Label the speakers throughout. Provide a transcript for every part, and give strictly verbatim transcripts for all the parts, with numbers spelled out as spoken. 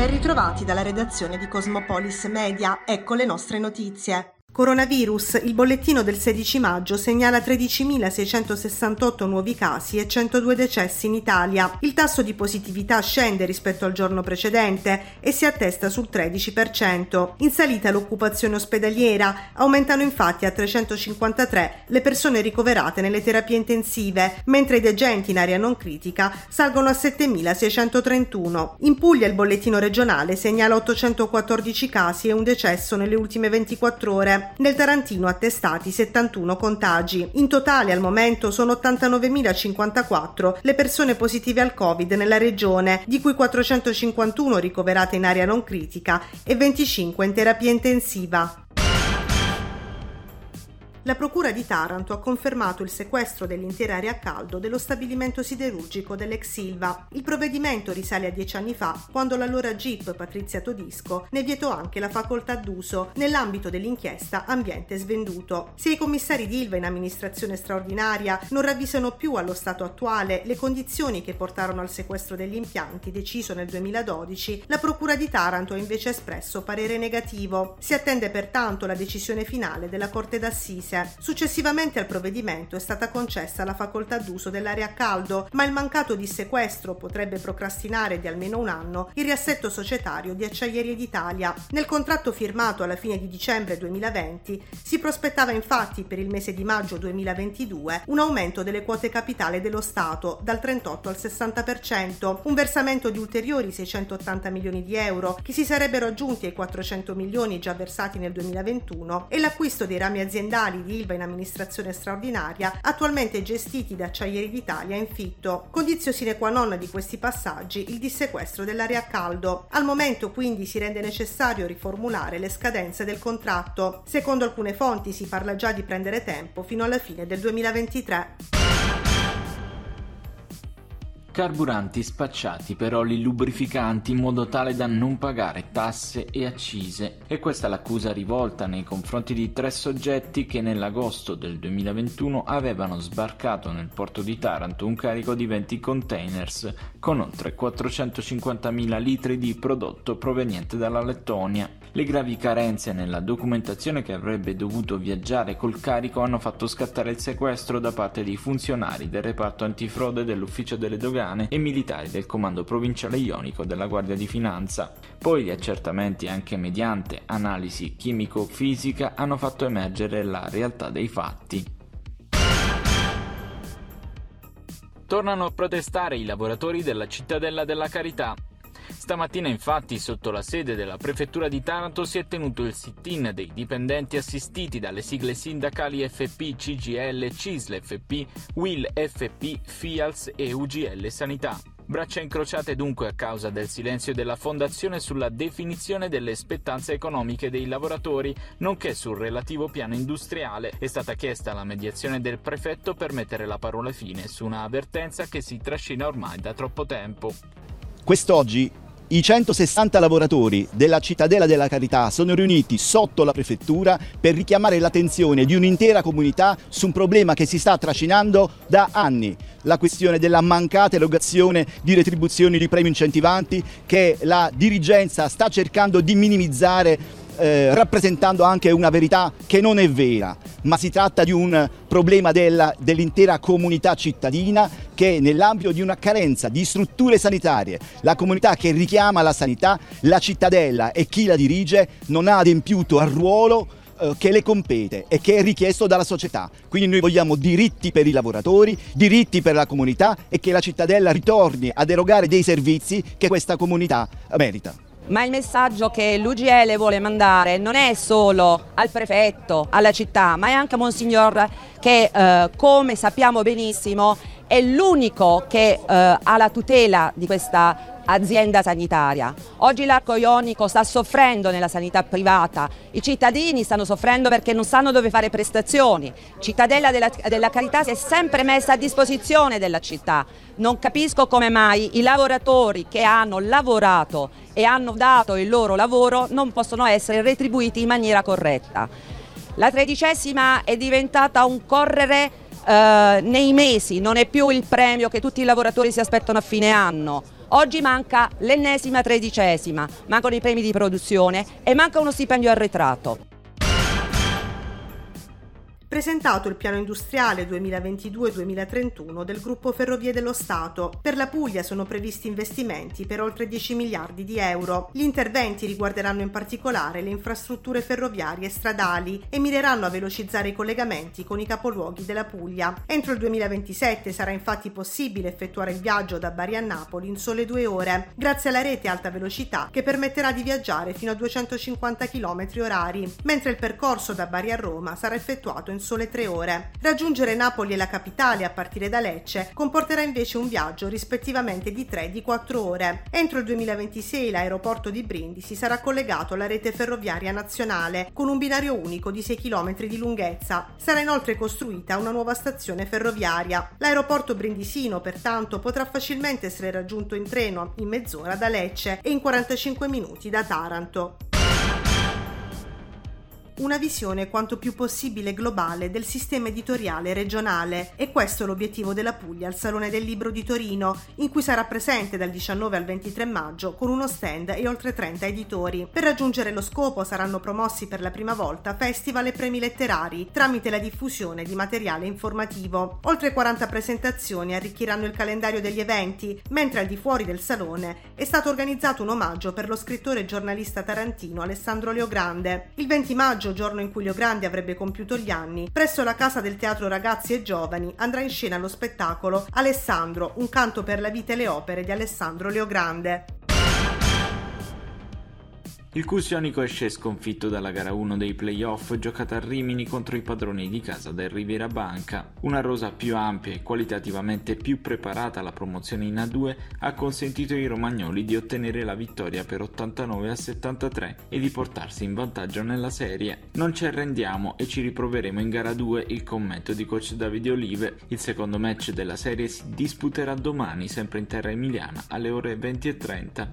Speaker 1: Ben ritrovati dalla redazione di Cosmopolis Media, ecco le nostre notizie. Coronavirus, il bollettino del sedici maggio segnala tredicimilaseicentosessantotto nuovi casi e centodue decessi in Italia. Il tasso di positività scende rispetto al giorno precedente e si attesta sul tredici per cento. In salita l'occupazione ospedaliera, aumentano infatti a trecentocinquantatré le persone ricoverate nelle terapie intensive, mentre i degenti in area non critica salgono a settemilaseicentotrentuno. In Puglia il bollettino regionale segnala ottocentoquattordici casi e un decesso nelle ultime ventiquattro ore. Nel Tarantino attestati settantuno contagi. In totale al momento sono ottantanovemilacinquantaquattro le persone positive al Covid nella regione, di cui quattrocentocinquantuno ricoverate in area non critica e venticinque in terapia intensiva. La Procura di Taranto ha confermato il sequestro dell'intera area a caldo dello stabilimento siderurgico dell'ex Ilva. Il provvedimento risale a dieci anni fa, quando l'allora G I P Patrizia Todisco ne vietò anche la facoltà d'uso nell'ambito dell'inchiesta Ambiente Svenduto. Se i commissari di Ilva in amministrazione straordinaria non ravvisano più allo stato attuale le condizioni che portarono al sequestro degli impianti deciso nel duemiladodici, la Procura di Taranto ha invece espresso parere negativo. Si attende pertanto la decisione finale della Corte d'Assise. Successivamente al provvedimento è stata concessa la facoltà d'uso dell'area a caldo, ma il mancato dissequestro potrebbe procrastinare di almeno un anno il riassetto societario di Acciaierie d'Italia. Nel contratto firmato alla fine di dicembre duemilaventi si prospettava infatti per il mese di maggio duemilaventidue un aumento delle quote capitale dello Stato dal trentotto al sessanta per cento, un versamento di ulteriori seicentottanta milioni di euro che si sarebbero aggiunti ai quattrocento milioni già versati nel duemilaventuno e l'acquisto dei rami aziendali di Ilva in amministrazione straordinaria, attualmente gestiti da Acciaierie d'Italia in fitto. Condizio sine qua non di questi passaggi il dissequestro dell'area a caldo. Al momento quindi si rende necessario riformulare le scadenze del contratto. Secondo alcune fonti si parla già di prendere tempo fino alla fine del duemilaventitré.
Speaker 2: Carburanti spacciati per oli lubrificanti in modo tale da non pagare tasse e accise. E questa è l'accusa rivolta nei confronti di tre soggetti che nell'agosto del duemilaventuno avevano sbarcato nel porto di Taranto un carico di venti containers con oltre quattrocentocinquantamila litri di prodotto proveniente dalla Lettonia. Le gravi carenze nella documentazione che avrebbe dovuto viaggiare col carico hanno fatto scattare il sequestro da parte di funzionari del reparto antifrode dell'ufficio delle dogane e militari del comando provinciale ionico della Guardia di Finanza. Poi gli accertamenti, anche mediante analisi chimico-fisica, hanno fatto emergere la realtà dei fatti. Tornano a protestare i lavoratori della Cittadella della Carità. Stamattina infatti sotto la sede della Prefettura di Taranto si è tenuto il sit-in dei dipendenti assistiti dalle sigle sindacali F P, C G I L, C I S L F P, U I L F P, FIALS e U G L Sanità. Braccia incrociate dunque a causa del silenzio della Fondazione sulla definizione delle spettanze economiche dei lavoratori, nonché sul relativo piano industriale. È stata chiesta la mediazione del prefetto per mettere la parola fine su una avvertenza che si trascina ormai da troppo tempo.
Speaker 3: Quest'oggi i centosessanta lavoratori della Cittadella della Carità sono riuniti sotto la prefettura per richiamare l'attenzione di un'intera comunità su un problema che si sta trascinando da anni. La questione della mancata erogazione di retribuzioni di premi incentivanti che la dirigenza sta cercando di minimizzare, Eh, rappresentando anche una verità che non è vera, ma si tratta di un problema della, dell'intera comunità cittadina che nell'ambito di una carenza di strutture sanitarie, la comunità che richiama la sanità, la cittadella e chi la dirige non ha adempiuto al ruolo eh, che le compete e che è richiesto dalla società. Quindi noi vogliamo diritti per i lavoratori, diritti per la comunità e che la cittadella ritorni ad erogare dei servizi che questa comunità merita.
Speaker 4: Ma il messaggio che l'U G L vuole mandare non è solo al prefetto, alla città, ma è anche a Monsignor che, eh, come sappiamo benissimo, è l'unico che eh, ha la tutela di questa azienda sanitaria. Oggi l'arco ionico sta soffrendo nella sanità privata, i cittadini stanno soffrendo perché non sanno dove fare prestazioni. Cittadella della, della Carità si è sempre messa a disposizione della città. Non capisco come mai i lavoratori che hanno lavorato e hanno dato il loro lavoro non possono essere retribuiti in maniera corretta. La tredicesima è diventata un correre eh, nei mesi, non è più il premio che tutti i lavoratori si aspettano a fine anno. Oggi manca l'ennesima tredicesima, mancano i premi di produzione e manca uno stipendio arretrato.
Speaker 1: Presentato il piano industriale duemilaventidue duemilatrentuno del gruppo Ferrovie dello Stato. Per la Puglia sono previsti investimenti per oltre dieci miliardi di euro. Gli interventi riguarderanno in particolare le infrastrutture ferroviarie e stradali e mireranno a velocizzare i collegamenti con i capoluoghi della Puglia. Entro il duemilaventisette sarà infatti possibile effettuare il viaggio da Bari a Napoli in sole due ore, grazie alla rete alta velocità che permetterà di viaggiare fino a duecentocinquanta chilometri orari, mentre il percorso da Bari a Roma sarà effettuato in sole tre ore. Raggiungere Napoli e la capitale a partire da Lecce comporterà invece un viaggio rispettivamente di tre e di quattro ore. Entro il duemilaventisei l'aeroporto di Brindisi sarà collegato alla rete ferroviaria nazionale con un binario unico di sei chilometri di lunghezza. Sarà inoltre costruita una nuova stazione ferroviaria. L'aeroporto brindisino pertanto potrà facilmente essere raggiunto in treno in mezz'ora da Lecce e in quarantacinque minuti da Taranto. Una visione quanto più possibile globale del sistema editoriale regionale. E questo è l'obiettivo della Puglia al Salone del Libro di Torino, in cui sarà presente dal diciannove al ventitré maggio con uno stand e oltre trenta editori. Per raggiungere lo scopo saranno promossi per la prima volta festival e premi letterari tramite la diffusione di materiale informativo. Oltre quaranta presentazioni arricchiranno il calendario degli eventi, mentre al di fuori del salone è stato organizzato un omaggio per lo scrittore e giornalista tarantino Alessandro Leogrande. Il venti maggio, giorno in cui Leogrande avrebbe compiuto gli anni, presso la Casa del Teatro Ragazzi e Giovani andrà in scena lo spettacolo Alessandro, un canto per la vita e le opere di Alessandro Leogrande.
Speaker 2: Il Cusionico esce sconfitto dalla gara uno dei playoff giocata a Rimini contro i padroni di casa del Riviera Banca. Una rosa più ampia e qualitativamente più preparata alla promozione in A due ha consentito ai romagnoli di ottenere la vittoria per ottantanove a settantatré e di portarsi in vantaggio nella serie. Non ci arrendiamo e ci riproveremo in gara due, il commento di coach Davide Olive. Il secondo match della serie si disputerà domani, sempre in terra emiliana, alle ore venti e trenta.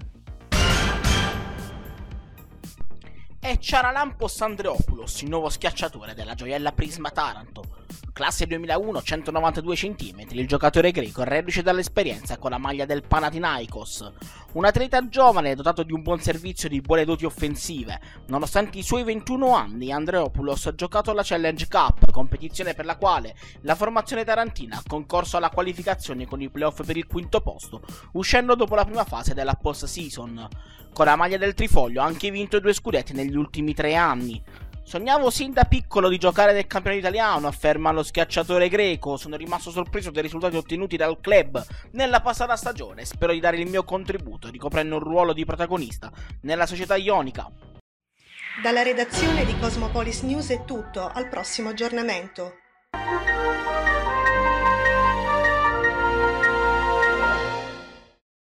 Speaker 5: È Charalampos Andreopoulos, il nuovo schiacciatore della gioiella Prisma Taranto. Classe duemilauno, centonovantadue centimetri, il giocatore greco è reduce dall'esperienza con la maglia del Panathinaikos. Un atleta giovane dotato di un buon servizio e di buone doti offensive. Nonostante i suoi ventuno anni, Andreopoulos ha giocato alla Challenge Cup, competizione per la quale la formazione tarantina ha concorso alla qualificazione con i playoff per il quinto posto, uscendo dopo la prima fase della post-season. Con la maglia del Trifoglio ha anche vinto due scudetti negli ultimi tre anni. Sognavo sin da piccolo di giocare nel campionato italiano, afferma lo schiacciatore greco. Sono rimasto sorpreso dai risultati ottenuti dal club nella passata stagione. Spero di dare il mio contributo, ricoprendo un ruolo di protagonista nella società ionica.
Speaker 1: Dalla redazione di Cosmopolis News è tutto, al prossimo aggiornamento.